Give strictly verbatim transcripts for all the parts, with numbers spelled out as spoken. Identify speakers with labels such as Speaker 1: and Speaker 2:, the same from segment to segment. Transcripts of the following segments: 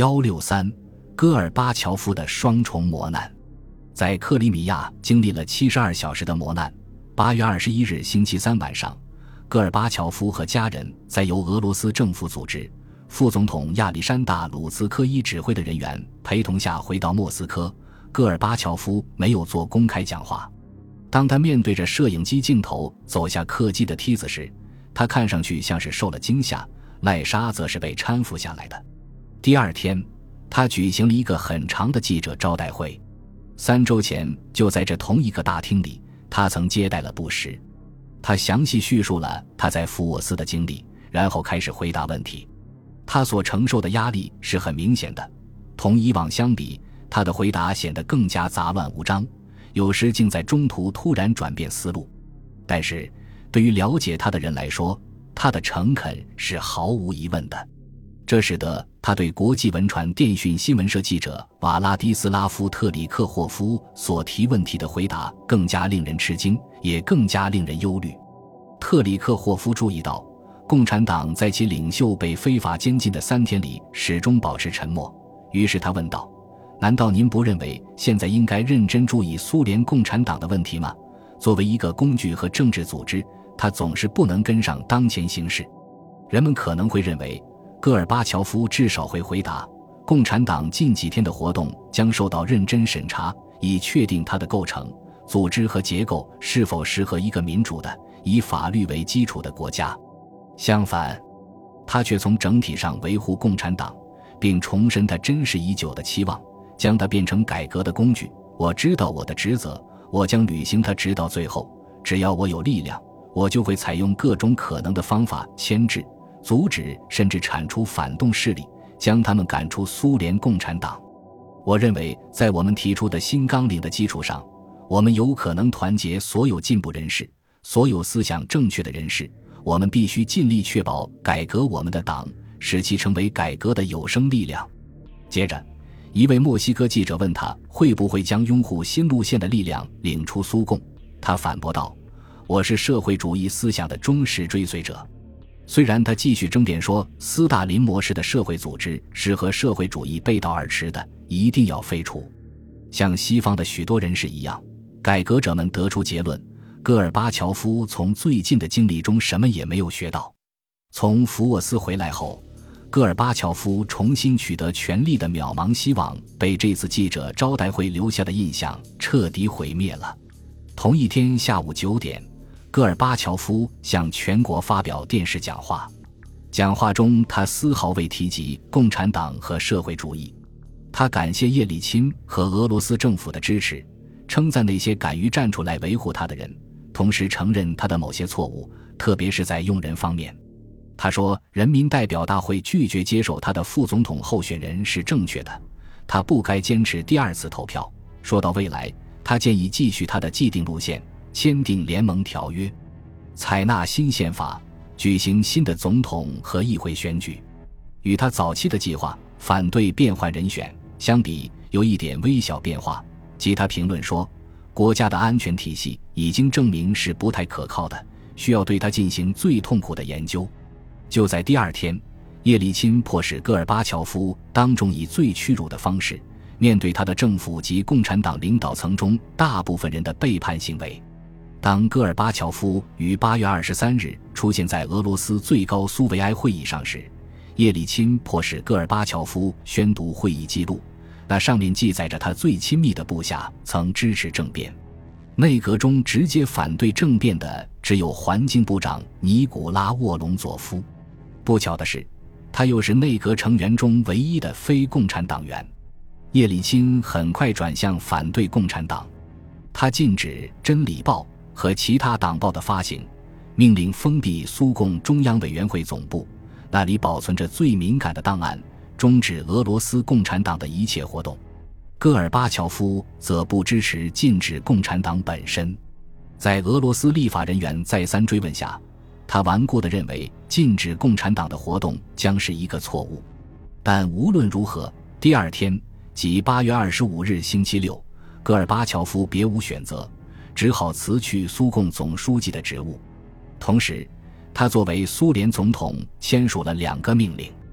Speaker 1: 一六三戈尔巴乔夫的双重磨难。在克里米亚经历了七十二小时的磨难。八月二十一日星期三晚上，戈尔巴乔夫和家人在由俄罗斯政府组织、副总统亚历山大·鲁兹科伊指挥的人员陪同下回到莫斯科。戈尔巴乔夫没有做公开讲话。当他面对着摄影机镜头走下客机的梯子时，他看上去像是受了惊吓，赖莎则是被搀扶下来的。第二天，他举行了一个很长的记者招待会。三周前，就在这同一个大厅里，他曾接待了布什。他详细叙述了他在福沃斯的经历，然后开始回答问题。他所承受的压力是很明显的，同以往相比，他的回答显得更加杂乱无章，有时竟在中途突然转变思路。但是对于了解他的人来说，他的诚恳是毫无疑问的。这使得他对国际文传电讯新闻社记者瓦拉迪斯拉夫·特里克霍夫所提问题的回答更加令人吃惊，也更加令人忧虑。特里克霍夫注意到，共产党在其领袖被非法监禁的三天里始终保持沉默，于是他问道：难道您不认为现在应该认真注意苏联共产党的问题吗？作为一个工具和政治组织，它总是不能跟上当前形势。人们可能会认为，戈尔巴乔夫至少会回答，共产党近几天的活动将受到认真审查，以确定它的构成、组织和结构是否适合一个民主的、以法律为基础的国家。相反，他却从整体上维护共产党，并重申他珍视已久的期望，将它变成改革的工具。我知道我的职责，我将履行它直到最后。只要我有力量，我就会采用各种可能的方法牵制、阻止甚至铲除反动势力，将他们赶出苏联共产党。我认为在我们提出的新纲领的基础上，我们有可能团结所有进步人士，所有思想正确的人士。我们必须尽力确保改革我们的党，使其成为改革的有生力量。接着，一位墨西哥记者问他会不会将拥护新路线的力量领出苏共。他反驳道：我是社会主义思想的忠实追随者。虽然他继续争辩说斯大林模式的社会组织是和社会主义背道而驰的，一定要废除。像西方的许多人士一样，改革者们得出结论，戈尔巴乔夫从最近的经历中什么也没有学到。从福沃斯回来后，戈尔巴乔夫重新取得权力的渺茫希望被这次记者招待会留下的印象彻底毁灭了。同一天下午九点，戈尔巴乔夫向全国发表电视讲话。讲话中，他丝毫未提及共产党和社会主义。他感谢叶利钦和俄罗斯政府的支持，称赞那些敢于站出来维护他的人，同时承认他的某些错误，特别是在用人方面。他说，人民代表大会拒绝接受他的副总统候选人是正确的，他不该坚持第二次投票。说到未来，他建议继续他的既定路线，签订联盟条约，采纳新宪法，举行新的总统和议会选举。与他早期的计划反对变换人选相比，有一点微小变化，即他评论说，国家的安全体系已经证明是不太可靠的，需要对它进行最痛苦的研究。就在第二天，叶利钦迫使戈尔巴乔夫当众以最屈辱的方式面对他的政府及共产党领导层中大部分人的背叛行为。当戈尔巴乔夫于八月二十三日出现在俄罗斯最高苏维埃会议上时，叶利钦迫使戈尔巴乔夫宣读会议记录，那上面记载着他最亲密的部下曾支持政变。内阁中直接反对政变的只有环境部长尼古拉沃隆佐夫。不巧的是，他又是内阁成员中唯一的非共产党员。叶利钦很快转向反对共产党，他禁止《真理报》和其他党报的发行，命令封闭苏共中央委员会总部，那里保存着最敏感的档案，终止俄罗斯共产党的一切活动。戈尔巴乔夫则不支持禁止共产党本身。在俄罗斯立法人员再三追问下，他顽固地认为禁止共产党的活动将是一个错误。但无论如何，第二天即八月二十五日星期六，戈尔巴乔夫别无选择，只好辞去苏共总书记的职务。同时，他作为苏联总统签署了两个命令。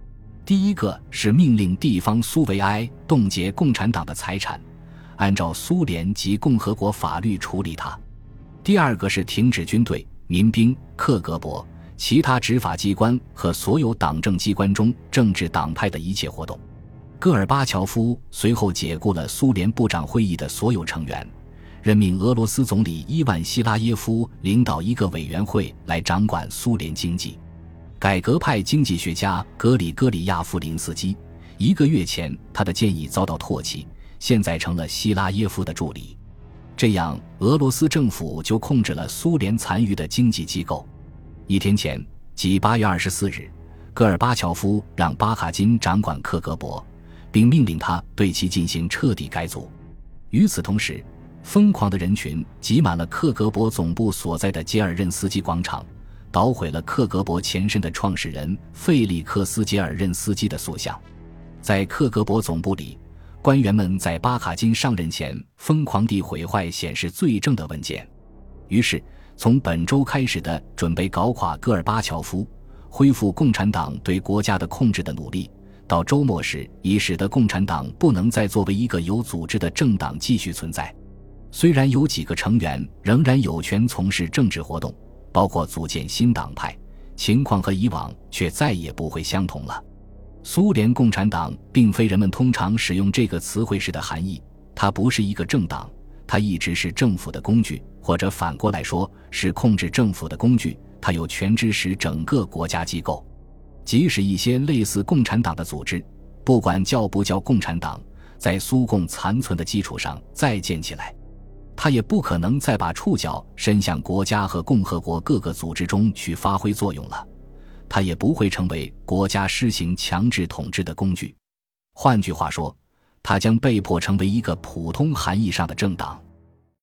Speaker 1: 第一个是命令地方苏维埃冻结共产党的财产，按照苏联及共和国法律处理它；第二个是停止军队、民兵、克格勃、其他执法机关和所有党政机关中政治党派的一切活动。戈尔巴乔夫随后解雇了苏联部长会议的所有成员，任命俄罗斯总理伊万希拉耶夫领导一个委员会来掌管苏联经济。改革派经济学家格里戈里亚夫林斯基，一个月前他的建议遭到唾弃，现在成了希拉耶夫的助理。这样俄罗斯政府就控制了苏联残余的经济机构。一天前，即八月二十四日，戈尔巴乔夫让巴卡金掌管克格勃，并命令他对其进行彻底改组。与此同时，疯狂的人群挤满了克格勃总部所在的杰尔任斯基广场，捣毁了克格勃前身的创始人费利克斯·杰尔任斯基的塑像。在克格勃总部里，官员们在巴卡金上任前疯狂地毁坏显示罪证的文件。于是从本周开始的准备搞垮戈尔巴乔夫、恢复共产党对国家的控制的努力，到周末时已使得共产党不能再作为一个有组织的政党继续存在。虽然有几个成员仍然有权从事政治活动，包括组建新党派，情况和以往却再也不会相同了。苏联共产党并非人们通常使用这个词汇时的含义，它不是一个政党，它一直是政府的工具，或者反过来说，是控制政府的工具，它有权支持整个国家机构。即使一些类似共产党的组织，不管叫不叫共产党，在苏共残存的基础上再建起来，它也不可能再把触角伸向国家和共和国各个组织中去发挥作用了，它也不会成为国家施行强制统治的工具。换句话说，它将被迫成为一个普通含义上的政党。